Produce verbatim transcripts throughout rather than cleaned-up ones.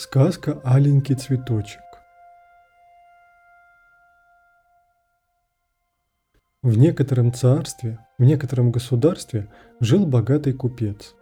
Сказка «Аленький цветочек». В некотором царстве, в некотором государстве жил богатый купец.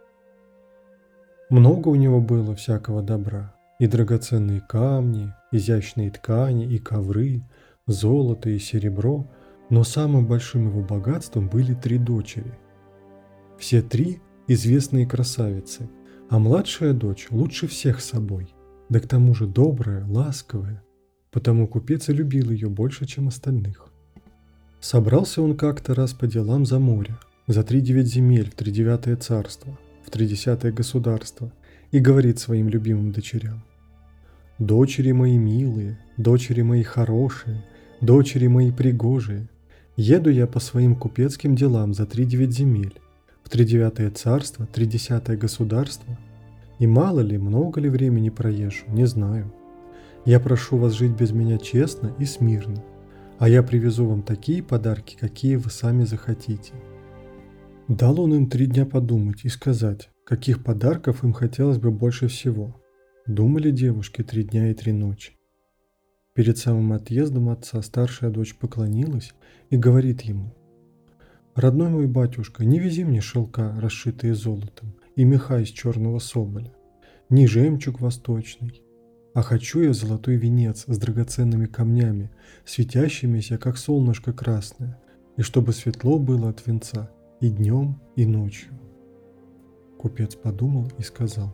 Много у него было всякого добра, и драгоценные камни, изящные ткани, и ковры, золото и серебро, но самым большим его богатством были три дочери. Все три известные красавицы, а младшая дочь лучше всех собой, да к тому же добрая, ласковая, потому купец и любил ее больше, чем остальных. Собрался он как-то раз по делам за море, за тридевять земель в тридевятое царство, в тридесятое государство, и говорит своим любимым дочерям: «Дочери мои милые, дочери мои хорошие, дочери мои пригожие, еду я по своим купецким делам за тридевять земель, в тридевятое царство, тридесятое государство, и мало ли, много ли времени проезжу, не знаю. Я прошу вас жить без меня честно и смирно, а я привезу вам такие подарки, какие вы сами захотите». Дал он им три дня подумать и сказать, каких подарков им хотелось бы больше всего. Думали девушки три дня и три ночи. Перед самым отъездом отца старшая дочь поклонилась и говорит ему: «Родной мой батюшка, не вези мне шелка, расшитые золотом, и меха из черного соболя, ни жемчуг восточный, а хочу я золотой венец с драгоценными камнями, светящимися, как солнышко красное, и чтобы светло было от венца и днем, и ночью». Купец подумал и сказал: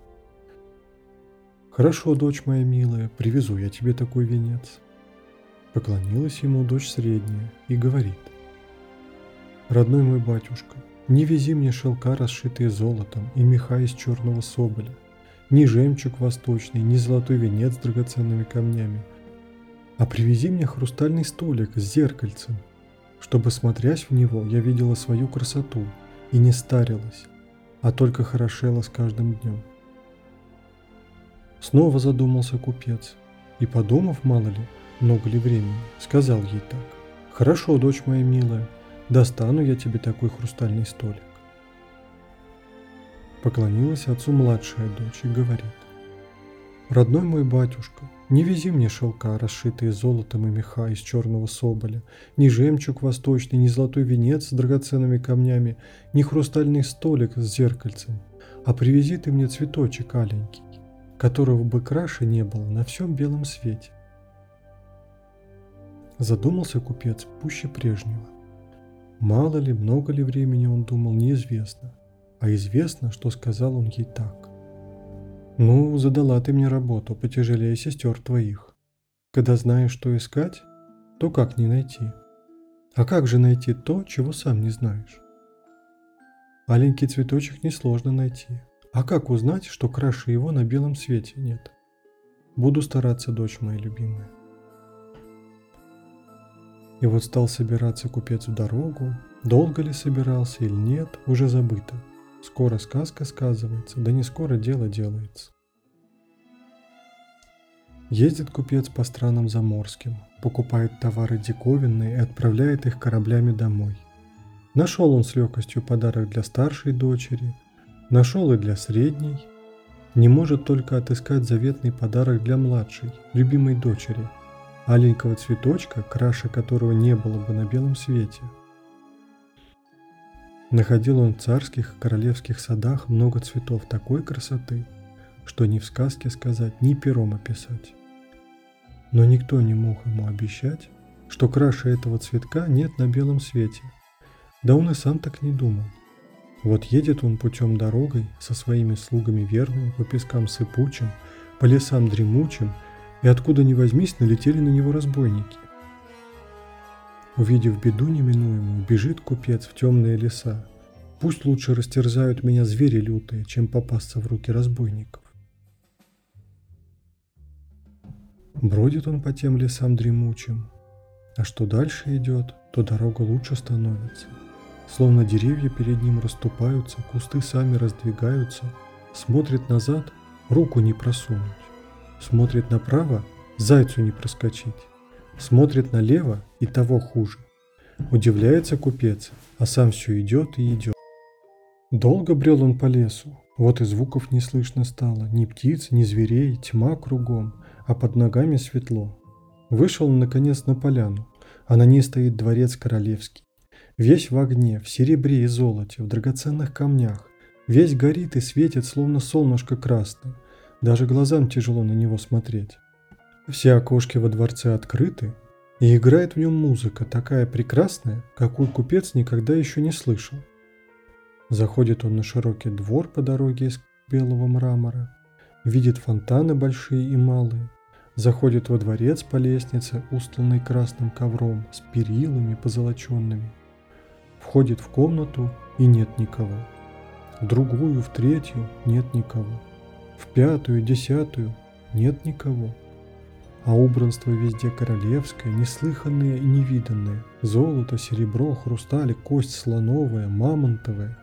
«Хорошо, дочь моя милая, привезу я тебе такой венец». Поклонилась ему дочь средняя и говорит: «Родной мой батюшка, не вези мне шелка, расшитые золотом, и меха из черного соболя, ни жемчуг восточный, ни золотой венец с драгоценными камнями, а привези мне хрустальный столик с зеркальцем, чтобы, смотрясь в него, я видела свою красоту и не старилась, а только хорошела с каждым днем». Снова задумался купец и, подумав, мало ли, много ли времени, сказал ей так: «Хорошо, дочь моя милая, достану я тебе такой хрустальный столик». Поклонилась отцу младшая дочь и говорит: «Родной мой батюшка, не вези мне шелка, расшитые золотом, и меха из черного соболя, ни жемчуг восточный, ни золотой венец с драгоценными камнями, ни хрустальный столик с зеркальцем, а привези ты мне цветочек аленький, которого бы краше не было на всем белом свете». Задумался купец пуще прежнего. Мало ли, много ли времени он думал, неизвестно, а известно, что сказал он ей так: «Ну, задала ты мне работу потяжелее сестер твоих. Когда знаешь, что искать, то как не найти? А как же найти то, чего сам не знаешь? Аленький цветочек несложно найти. А как узнать, что краше его на белом свете нет? Буду стараться, дочь моя любимая». И вот стал собираться купец в дорогу. Долго ли собирался или нет, уже забыто. Скоро сказка сказывается, да не скоро дело делается. Ездит купец по странам заморским, покупает товары диковинные и отправляет их кораблями домой. Нашел он с легкостью подарок для старшей дочери, нашел и для средней, не может только отыскать заветный подарок для младшей, любимой дочери, аленького цветочка, краше которого не было бы на белом свете. Находил он в царских и королевских садах много цветов такой красоты, что ни в сказке сказать, ни пером описать. Но никто не мог ему обещать, что краше этого цветка нет на белом свете. Да он и сам так не думал. Вот едет он путем дорогой со своими слугами верными по пескам сыпучим, по лесам дремучим, и откуда ни возьмись налетели на него разбойники. Увидев беду неминуемую, бежит купец в темные леса. Пусть лучше растерзают меня звери лютые, чем попасться в руки разбойников. Бродит он по тем лесам дремучим, а что дальше идет, то дорога лучше становится. Словно деревья перед ним расступаются, кусты сами раздвигаются. Смотрит назад, руку не просунуть. Смотрит направо, зайцу не проскочить. Смотрит налево, и того хуже. Удивляется купец, а сам все идет и идет. Долго брел он по лесу, Вот и звуков не слышно стало, ни птиц, ни зверей, тьма кругом, а под ногами светло. Вышел он, наконец, на поляну, а на ней стоит дворец королевский. Весь в огне, в серебре и золоте, в драгоценных камнях. Весь горит и светит, словно солнышко красное. Даже глазам тяжело на него смотреть. Все окошки во дворце открыты, и играет в нем музыка, такая прекрасная, какую купец никогда еще не слышал. Заходит он на широкий двор по дороге из белого мрамора, видит фонтаны большие и малые, заходит во дворец по лестнице, устланной красным ковром, с перилами позолоченными. Входит в комнату, и нет никого. В другую, в третью нет никого. В пятую, десятую нет никого. А убранство везде королевское, неслыханное и невиданное. Золото, серебро, хрусталь, кость слоновая, мамонтовая.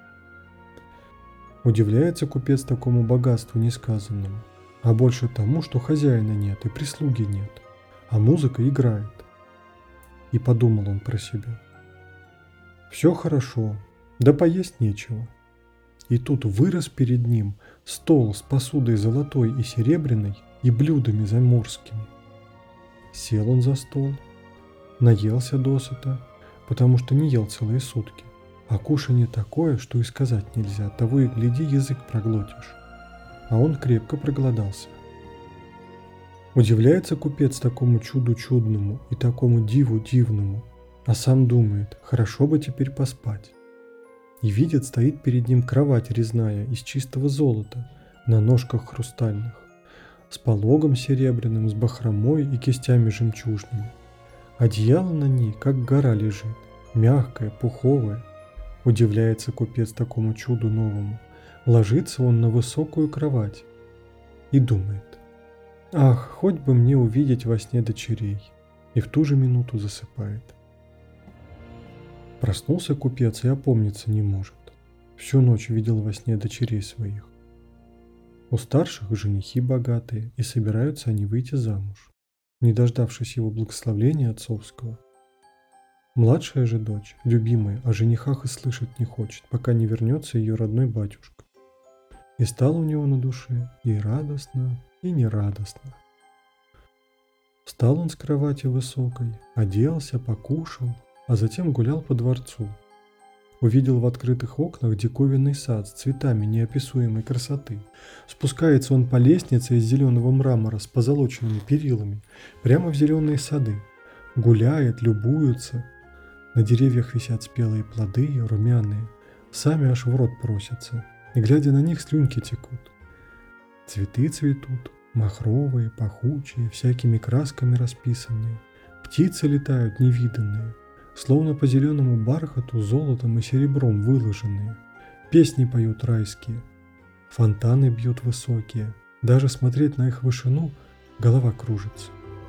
Удивляется купец такому богатству несказанному, а больше тому, что хозяина нет и прислуги нет, а музыка играет. И подумал он про себя. Все хорошо, да поесть нечего. И тут вырос перед ним стол с посудой золотой и серебряной и блюдами заморскими. Сел он за стол, наелся досыта, потому что не ел целые сутки. А кушанье такое, что и сказать нельзя, того и гляди, язык проглотишь. А он крепко проголодался. Удивляется купец такому чуду чудному и такому диву дивному, а сам думает, хорошо бы теперь поспать. И видит, стоит перед ним кровать резная из чистого золота, на ножках хрустальных, с пологом серебряным, с бахромой и кистями жемчужными. Одеяло на ней, как гора лежит, мягкое, пуховое. Удивляется купец такому чуду новому. Ложится он на высокую кровать и думает: ах, хоть бы мне увидеть во сне дочерей, и в ту же минуту засыпает. Проснулся купец и опомниться не может. Всю ночь видел во сне дочерей своих. У старших женихи богатые, и собираются они выйти замуж, не дождавшись его благословения отцовского. Младшая же дочь, любимая, о женихах и слышать не хочет, пока не вернется ее родной батюшка. И стало у него на душе и радостно, и нерадостно. Встал он с кровати высокой, оделся, покушал, а затем гулял по дворцу. Увидел в открытых окнах диковинный сад с цветами неописуемой красоты. Спускается он по лестнице из зеленого мрамора с позолоченными перилами прямо в зеленые сады. Гуляет, любуется. На деревьях висят спелые плоды, румяные, сами аж в рот просятся, и, глядя на них, слюнки текут. Цветы цветут, махровые, пахучие, всякими красками расписанные. Птицы летают невиданные, словно по зеленому бархату золотом и серебром выложенные. Песни поют райские, фонтаны бьют высокие, даже смотреть на их вышину голова кружится.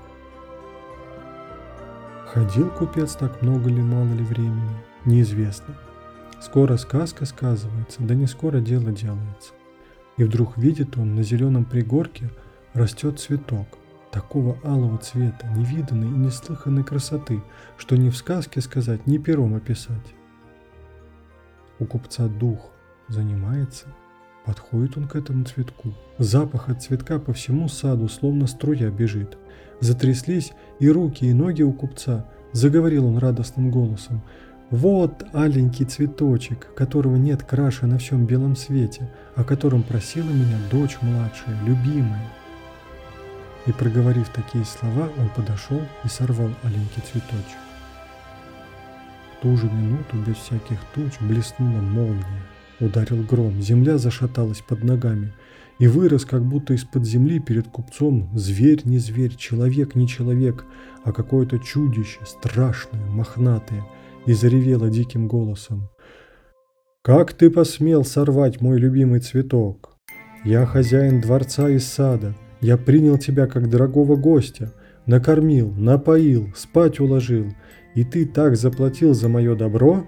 Ходил купец так много ли, мало ли времени, неизвестно. Скоро сказка сказывается, да не скоро дело делается. И вдруг видит он, на зеленом пригорке растет цветок, такого алого цвета, невиданной и неслыханной красоты, что ни в сказке сказать, ни пером описать. У купца дух занимается, подходит он к этому цветку. Запах от цветка по всему саду, словно струя бежит. Затряслись и руки, и ноги у купца. Заговорил он радостным голосом: «Вот аленький цветочек, которого нет краше на всем белом свете, о котором просила меня дочь младшая, любимая». И, проговорив такие слова, он подошел и сорвал аленький цветочек. В ту же минуту, без всяких туч, блеснула молния. Ударил гром, земля зашаталась под ногами, и вырос, как будто из-под земли перед купцом, зверь не зверь, человек не человек, а какое-то чудище, страшное, мохнатое, и заревело диким голосом: «Как ты посмел сорвать мой любимый цветок? Я хозяин дворца и сада, я принял тебя как дорогого гостя, накормил, напоил, спать уложил, и ты так заплатил за мое добро?»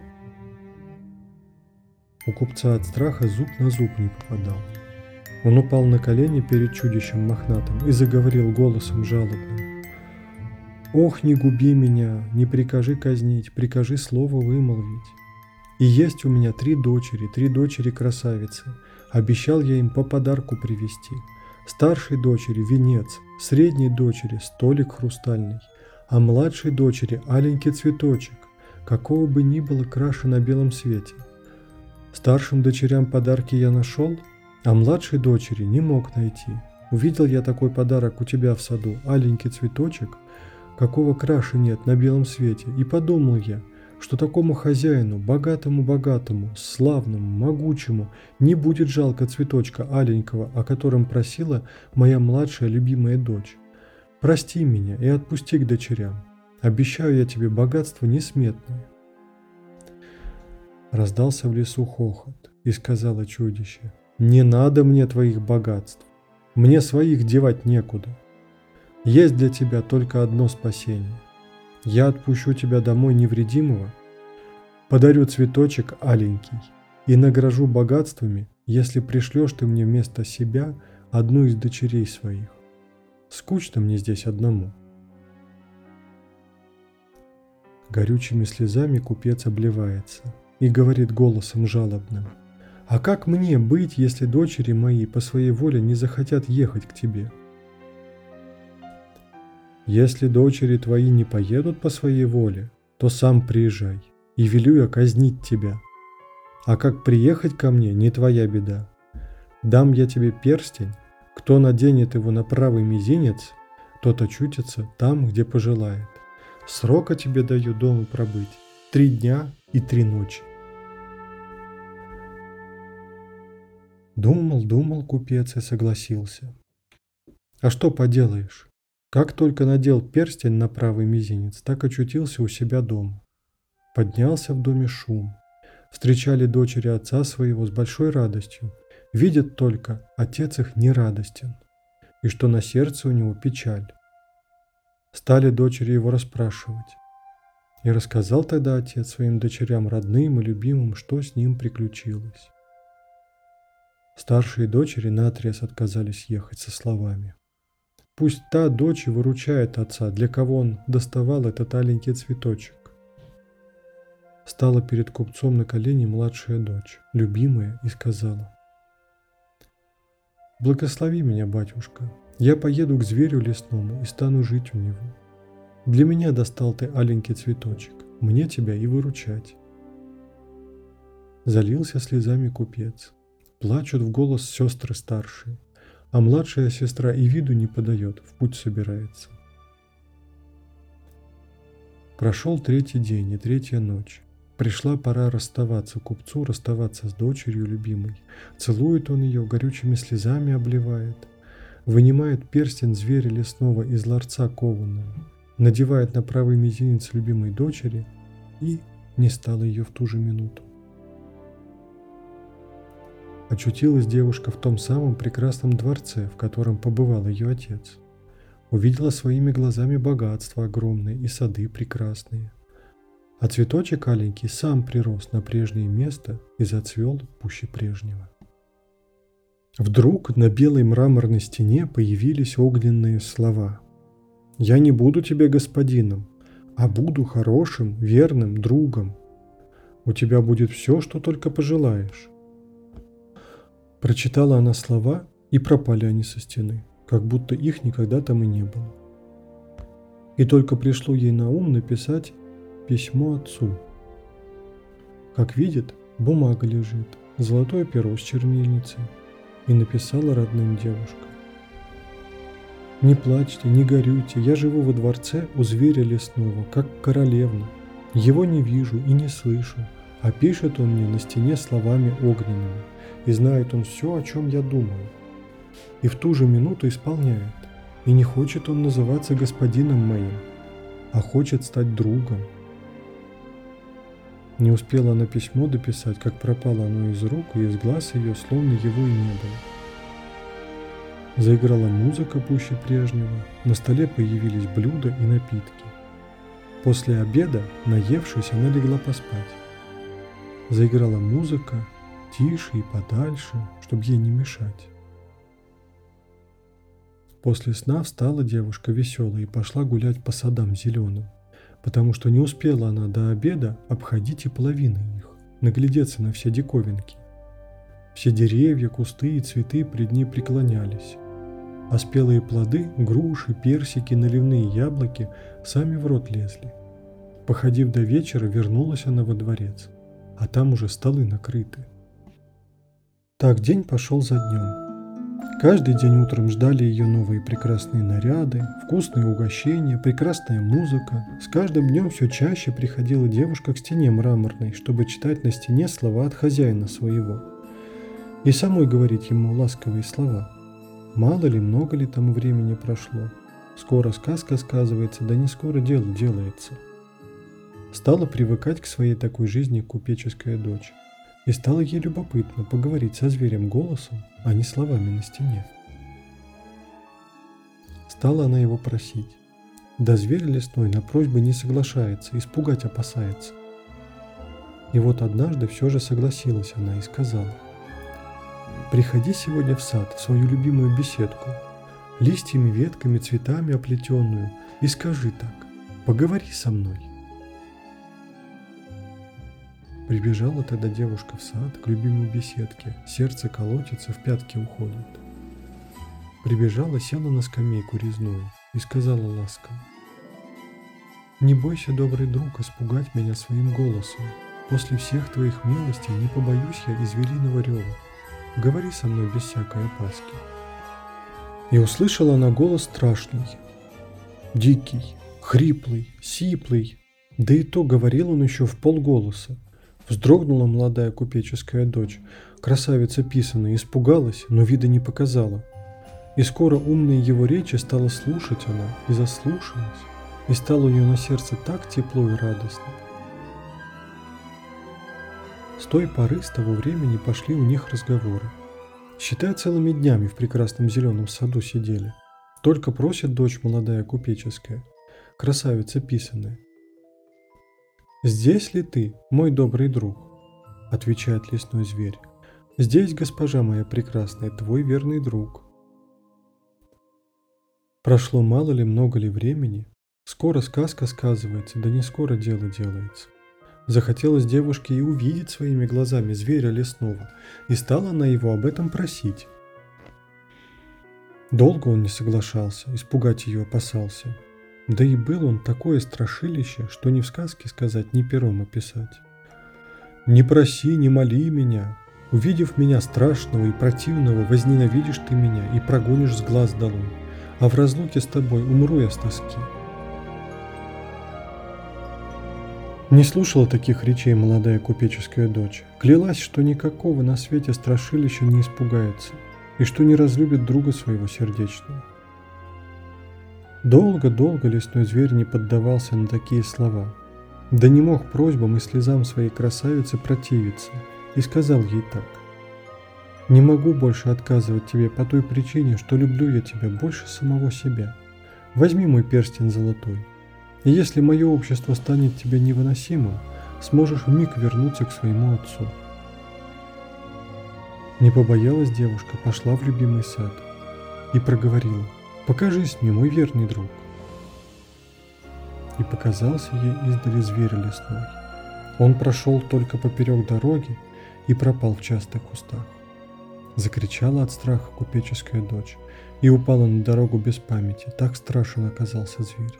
У купца от страха зуб на зуб не попадал. Он упал на колени перед чудищем мохнатым и заговорил голосом жалобным: «Ох, не губи меня, не прикажи казнить, прикажи слово вымолвить. И есть у меня три дочери, три дочери-красавицы. Обещал я им по подарку привезти. Старшей дочери венец, средней дочери столик хрустальный, а младшей дочери аленький цветочек, какого бы ни было краше на белом свете. Старшим дочерям подарки я нашел, а младшей дочери не мог найти. Увидел я такой подарок у тебя в саду, аленький цветочек, какого краше нет на белом свете, и подумал я, что такому хозяину, богатому-богатому, славному, могучему, не будет жалко цветочка аленького, о котором просила моя младшая любимая дочь. Прости меня и отпусти к дочерям. Обещаю я тебе богатство несметное. Раздался в лесу хохот, и сказала чудище: не надо мне твоих богатств, мне своих девать некуда. Есть для тебя только одно спасение. Я отпущу тебя домой невредимого, подарю цветочек аленький и награжу богатствами, если пришлешь ты мне вместо себя одну из дочерей своих. Скучно мне здесь одному. Горючими слезами купец обливается и говорит голосом жалобным: а как мне быть, если дочери мои по своей воле не захотят ехать к тебе? Если дочери твои не поедут по своей воле, то сам приезжай, и велю я казнить тебя. А как приехать ко мне, не твоя беда. Дам я тебе перстень, кто наденет его на правый мизинец, тот очутится там, где пожелает. Срока тебе даю дома пробыть — три дня и три ночи. Думал, думал купец и согласился. А что поделаешь? Как только надел перстень на правый мизинец, так очутился у себя дома. Поднялся в доме шум. Встречали дочери отца своего с большой радостью. Видят только, отец их не радостен, и что на сердце у него печаль. Стали дочери его расспрашивать. И рассказал тогда отец своим дочерям, родным и любимым, что с ним приключилось. Старшие дочери наотрез отказались ехать со словами: пусть та дочь и выручает отца, для кого он доставал этот аленький цветочек. Стала перед купцом на колени младшая дочь, любимая, и сказала: «Благослови меня, батюшка, я поеду к зверю лесному и стану жить у него. Для меня достал ты аленький цветочек, мне тебя и выручать». Залился слезами купец. Плачут в голос сестры старшие, а младшая сестра и виду не подает, в путь собирается. Прошел третий день и третья ночь. Пришла пора расставаться купцу, расставаться с дочерью любимой. Целует он ее, горючими слезами обливает. Вынимает перстень зверя лесного из ларца кованого, надевает на правый мизинец любимой дочери, и не стало ее в ту же минуту. Очутилась девушка в том самом прекрасном дворце, в котором побывал ее отец. Увидела своими глазами богатства огромные и сады прекрасные. А цветочек аленький сам прирос на прежнее место и зацвел пуще прежнего. Вдруг на белой мраморной стене появились огненные слова: «Я не буду тебе господином, а буду хорошим, верным другом. У тебя будет все, что только пожелаешь». Прочитала она слова, и пропали они со стены, как будто их никогда там и не было. И только пришло ей на ум написать письмо отцу. Как видит, бумага лежит, золотое перо с чернильницей, и написала родным девушка: «Не плачьте, не горюйте, я живу во дворце у зверя лесного, как королевна. Его не вижу и не слышу, а пишет он мне на стене словами огненными, и знает он все, о чем я думаю. И в ту же минуту исполняет. И не хочет он называться господином моим, а хочет стать другом». Не успела она письмо дописать, как пропало оно из рук, и из глаз ее словно его и не было. Заиграла музыка пуще прежнего, на столе появились блюда и напитки. После обеда, наевшись, она легла поспать. Заиграла музыка тише и подальше, чтобы ей не мешать. После сна встала девушка веселая и пошла гулять по садам зеленым, потому что не успела она до обеда обходить и половины их, наглядеться на все диковинки. Все деревья, кусты и цветы пред ней преклонялись, а спелые плоды, груши, персики, наливные яблоки сами в рот лезли. Походив до вечера, вернулась она во дворец, а там уже столы накрыты. Так день пошел за днем. Каждый день утром ждали ее новые прекрасные наряды, вкусные угощения, прекрасная музыка. С каждым днем все чаще приходила девушка к стене мраморной, чтобы читать на стене слова от хозяина своего. И самой говорить ему ласковые слова. Мало ли, много ли тому времени прошло. Скоро сказка сказывается, да не скоро дело делается. Стала привыкать к своей такой жизни купеческая дочь. И стало ей любопытно поговорить со зверем голосом, а не словами на стене. Стала она его просить. Да зверь лесной на просьбы не соглашается, испугать опасается. И вот однажды все же согласилась она и сказала: «Приходи сегодня в сад, в свою любимую беседку, листьями, ветками, цветами оплетенную, и скажи так: поговори со мной». Прибежала тогда девушка в сад к любимой беседке, сердце колотится, в пятки уходит. Прибежала, села на скамейку резную и сказала ласково: «Не бойся, добрый друг, испугать меня своим голосом. После всех твоих милостей не побоюсь я и звериного рева. Говори со мной без всякой опаски». И услышала она голос страшный, дикий, хриплый, сиплый, да и то говорил он еще в полголоса. Вздрогнула молодая купеческая дочь, красавица писаная, испугалась, но вида не показала. И скоро умные его речи стала слушать она и заслушалась, и стало у нее на сердце так тепло и радостно. С той поры, с того времени пошли у них разговоры. Считай, целыми днями в прекрасном зеленом саду сидели. Только просит дочь молодая купеческая, красавица писаная: «Здесь ли ты, мой добрый друг?» — отвечает лесной зверь. «Здесь, госпожа моя прекрасная, твой верный друг». Прошло мало ли, много ли времени, скоро сказка сказывается, да не скоро дело делается. Захотелось девушке и увидеть своими глазами зверя лесного, и стала она его об этом просить. Долго он не соглашался, испугать ее опасался. Да и был он такое страшилище, что ни в сказке сказать, ни пером описать. «Не проси, не моли меня. Увидев меня страшного и противного, возненавидишь ты меня и прогонишь с глаз долой, а в разлуке с тобой умру я с тоски». Не слушала таких речей молодая купеческая дочь. Клялась, что никакого на свете страшилища не испугается и что не разлюбит друга своего сердечного. Долго-долго лесной зверь не поддавался на такие слова, да не мог просьбам и слезам своей красавицы противиться, и сказал ей так: «Не могу больше отказывать тебе по той причине, что люблю я тебя больше самого себя. Возьми мой перстень золотой, и если мое общество станет тебе невыносимым, сможешь вмиг вернуться к своему отцу». Не побоялась девушка, пошла в любимый сад и проговорила: «Покажись мне, мой верный друг». И показался ей издали зверь лесной. Он прошел только поперек дороги и пропал в частых кустах. Закричала от страха купеческая дочь и упала на дорогу без памяти, так страшен оказался зверь.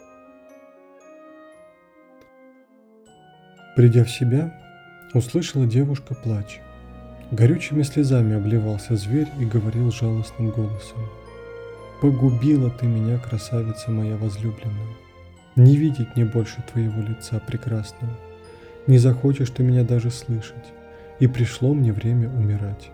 Придя в себя, услышала девушка плач. Горючими слезами обливался зверь и говорил жалостным голосом: «Погубила ты меня, красавица моя возлюбленная. Не видеть мне больше твоего лица прекрасного. Не захочешь ты меня даже слышать, и пришло мне время умирать».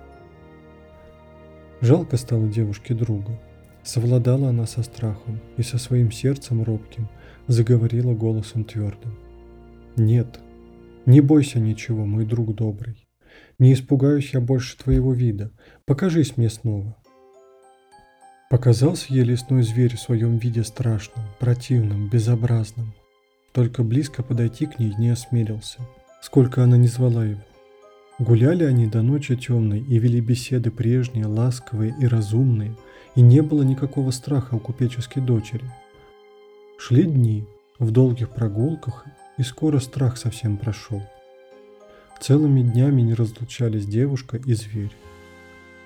Жалко стало девушке друга. Совладала она со страхом и со своим сердцем робким заговорила голосом твердым: «Нет, не бойся ничего, мой друг добрый. Не испугаюсь я больше твоего вида. Покажись мне снова». Показался ей лесной зверь в своем виде страшном, противном, безобразном. Только близко подойти к ней не осмелился, сколько она не звала его. Гуляли они до ночи темной и вели беседы прежние, ласковые и разумные, и не было никакого страха у купеческой дочери. Шли дни в долгих прогулках, и скоро страх совсем прошел. Целыми днями не разлучались девушка и зверь.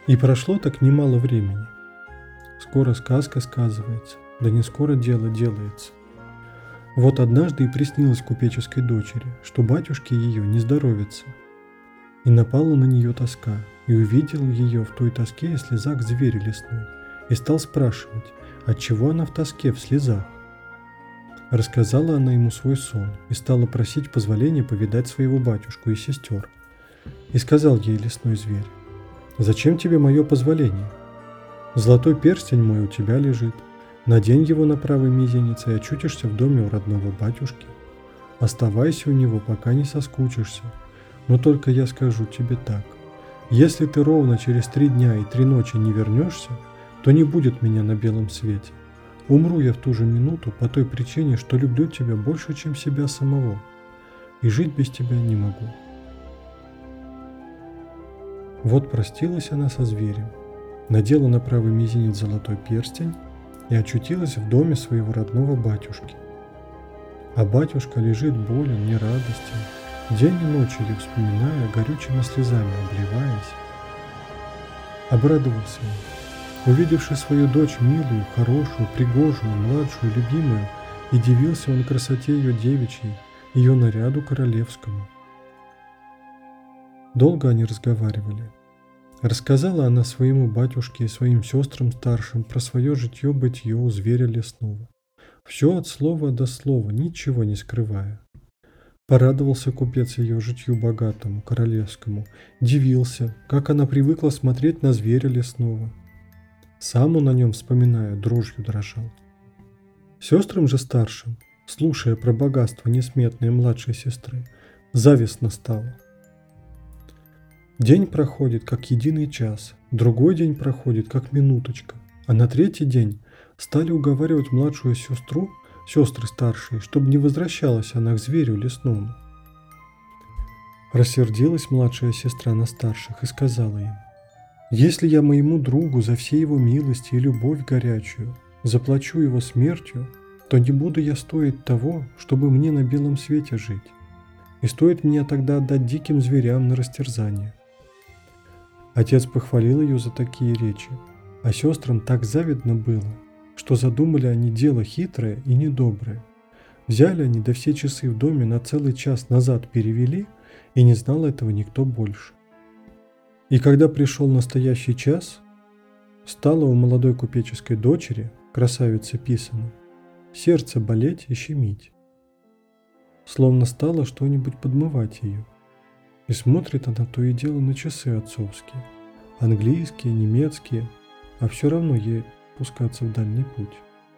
И прошло так немало времени. Скоро сказка сказывается, да не скоро дело делается. Вот однажды и приснилось купеческой дочери, что батюшке ее не здоровится. И напала на нее тоска, и увидел ее в той тоске и слезах зверь лесной, и стал спрашивать, отчего она в тоске, в слезах. Рассказала она ему свой сон и стала просить позволения повидать своего батюшку и сестер. И сказал ей лесной зверь: «Зачем тебе мое позволение? Золотой перстень мой у тебя лежит. Надень его на правый мизинец и очутишься в доме у родного батюшки. Оставайся у него, пока не соскучишься. Но только я скажу тебе так: если ты ровно через три дня и три ночи не вернешься, то не будет меня на белом свете. Умру я в ту же минуту по той причине, что люблю тебя больше, чем себя самого, и жить без тебя не могу». Вот простилась она со зверем, надела на правый мизинец золотой перстень и очутилась в доме своего родного батюшки. А батюшка лежит болен, нерадостен, день и ночь ее вспоминая, горючими слезами обливаясь. Обрадовался он, увидевши свою дочь милую, хорошую, пригожую, младшую, любимую, и дивился он красоте ее девичьей, ее наряду королевскому. Долго они разговаривали. Рассказала она своему батюшке и своим сестрам старшим про свое житье-бытье у зверя лесного. Все от слова до слова, ничего не скрывая. Порадовался купец ее житью богатому, королевскому, дивился, как она привыкла смотреть на зверя лесного. Сам он о нем, вспоминая, дрожью дрожал. Сестрам же старшим, слушая про богатство несметной младшей сестры, завистно стало. День проходит, как единый час, другой день проходит, как минуточка, а на третий день стали уговаривать младшую сестру, сестры старшие, чтобы не возвращалась она к зверю лесному. Рассердилась младшая сестра на старших и сказала им: «Если я моему другу за все его милости и любовь горячую заплачу его смертью, то не буду я стоить того, чтобы мне на белом свете жить, и стоит мне тогда отдать диким зверям на растерзание». Отец похвалил ее за такие речи, а сестрам так завидно было, что задумали они дело хитрое и недоброе. Взяли они да все часы в доме на целый час назад перевели, и не знал этого никто больше. И когда пришел настоящий час, стало у молодой купеческой дочери, красавицы писано, сердце болеть и щемить. Словно стало что-нибудь подмывать ее. И смотрит она то и дело на часы отцовские, английские, немецкие, а все равно ей пускаться в дальний путь.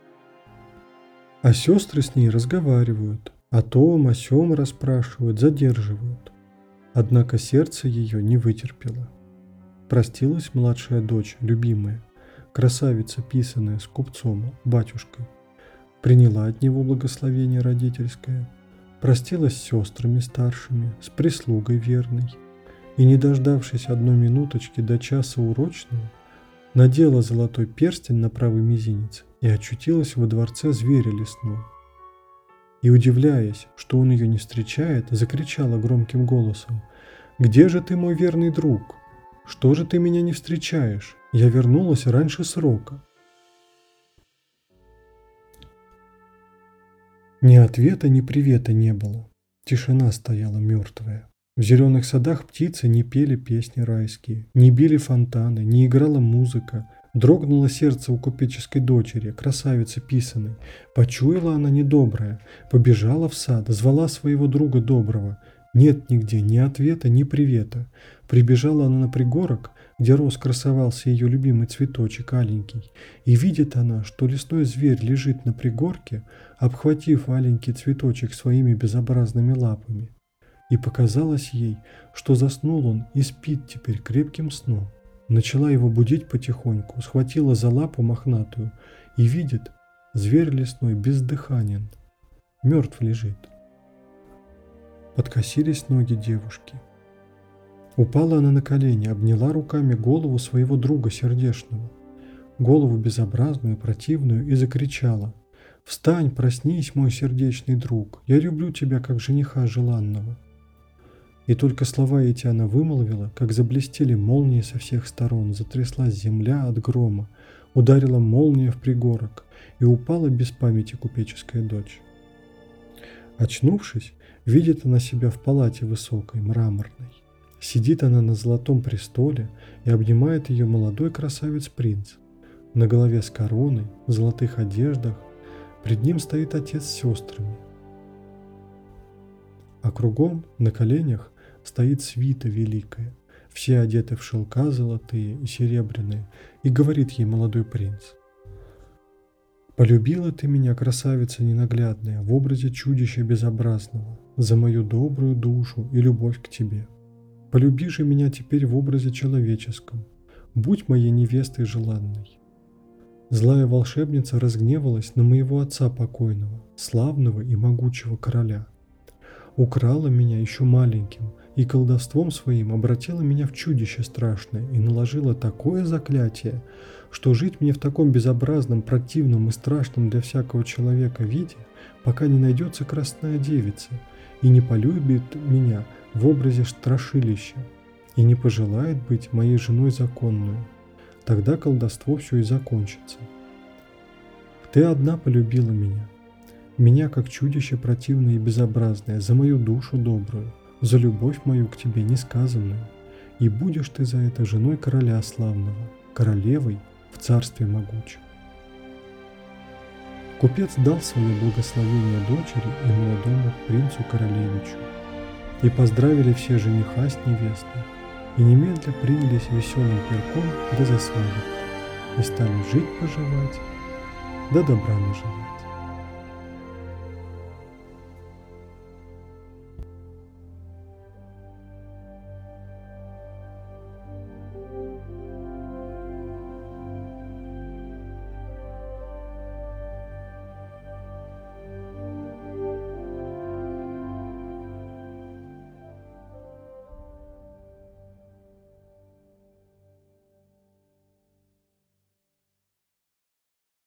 А сестры с ней разговаривают, о том, о сём расспрашивают, задерживают. Однако сердце ее не вытерпело. Простилась младшая дочь, любимая, красавица писаная с купцом, батюшкой, приняла от него благословение родительское, простилась с сестрами старшими, с прислугой верной, и, не дождавшись одной минуточки до часа урочного, надела золотой перстень на правый мизинец и очутилась во дворце зверя лесного. И, удивляясь, что он ее не встречает, закричала громким голосом: «Где же ты, мой верный друг? Что же ты меня не встречаешь? Я вернулась раньше срока». Ни ответа, ни привета не было. Тишина стояла мертвая. В зеленых садах птицы не пели песни райские, не били фонтаны, не играла музыка. Дрогнуло сердце у купеческой дочери, красавицы писаной. Почуяла она недоброе, побежала в сад, звала своего друга доброго. Нет нигде ни ответа, ни привета. Прибежала она на пригорок, где рос красовался ее любимый цветочек аленький, и видит она, что лесной зверь лежит на пригорке, обхватив аленький цветочек своими безобразными лапами. И показалось ей, что заснул он и спит теперь крепким сном. Начала его будить потихоньку, схватила за лапу мохнатую и видит, зверь лесной бездыханен, мертв лежит. Подкосились ноги девушки. Упала она на колени, обняла руками голову своего друга сердечного, голову безобразную, противную, и закричала: «Встань, проснись, мой сердечный друг, я люблю тебя, как жениха желанного». И только слова эти она вымолвила, как заблестели молнии со всех сторон, затряслась земля от грома, ударила молния в пригорок, и упала без памяти купеческая дочь. Очнувшись, видит она себя в палате высокой, мраморной. Сидит она на золотом престоле, и обнимает ее молодой красавец-принц. На голове с короной, в золотых одеждах, пред ним стоит отец с сестрами. А кругом, на коленях, стоит свита великая, все одеты в шелка золотые и серебряные, и говорит ей молодой принц: «Полюбила ты меня, красавица ненаглядная, в образе чудища безобразного, за мою добрую душу и любовь к тебе. Полюби же меня теперь в образе человеческом, будь моей невестой желанной». Злая волшебница разгневалась на моего отца покойного, славного и могучего короля. Украла меня еще маленьким и колдовством своим обратила меня в чудище страшное и наложила такое заклятие, что жить мне в таком безобразном, противном и страшном для всякого человека виде, пока не найдется красная девица и не полюбит меня в образе страшилища и не пожелает быть моей женой законную. Тогда колдовство все и закончится. Ты одна полюбила меня, меня как чудище противное и безобразное, за мою душу добрую, за любовь мою к тебе несказанную, и будешь ты за это женой короля славного, королевой в царстве могучем. Купец дал свое благословение дочери и молодому принцу-королевичу, и поздравили все жениха с невестой, и немедля принялись веселым пирком да за свадьбу, и стали жить-поживать, да добра наживать.